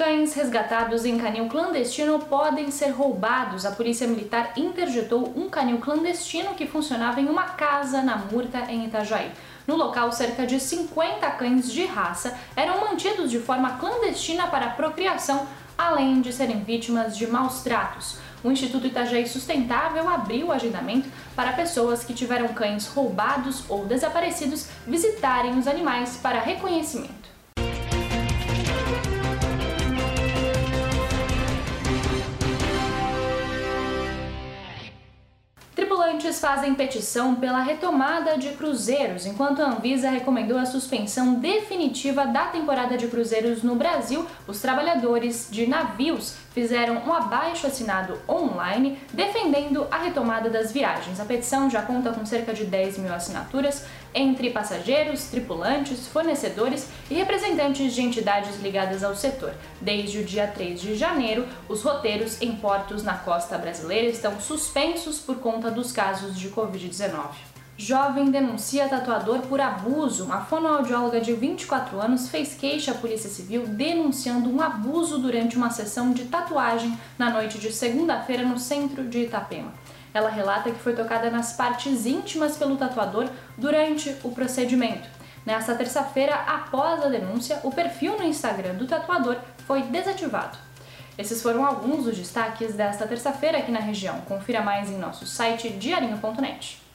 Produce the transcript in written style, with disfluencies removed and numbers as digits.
Cães resgatados em canil clandestino podem ser roubados. A Polícia Militar interditou um canil clandestino que funcionava em uma casa na Murta, em Itajaí. No local, cerca de 50 cães de raça eram mantidos de forma clandestina para procriação, além de serem vítimas de maus tratos. O Instituto Itajaí Sustentável abriu o agendamento para pessoas que tiveram cães roubados ou desaparecidos visitarem os animais para reconhecimento. Tripulantes fazem petição pela retomada de cruzeiros, enquanto a Anvisa recomendou a suspensão definitiva da temporada de cruzeiros no Brasil. Os trabalhadores de navios fizeram um abaixo-assinado online defendendo a retomada das viagens. A petição já conta com cerca de 10 mil assinaturas entre passageiros, tripulantes, fornecedores e representantes de entidades ligadas ao setor. Desde o dia 3 de janeiro, os roteiros em portos na costa brasileira estão suspensos por conta dos casos de Covid-19. Jovem denuncia tatuador por abuso. Uma fonoaudióloga de 24 anos fez queixa à Polícia Civil denunciando um abuso durante uma sessão de tatuagem na noite de segunda-feira no centro de Itapema. Ela relata que foi tocada nas partes íntimas pelo tatuador durante o procedimento. Nesta terça-feira, após a denúncia, o perfil no Instagram do tatuador foi desativado. Esses foram alguns dos destaques desta terça-feira aqui na região. Confira mais em nosso site diarinho.net.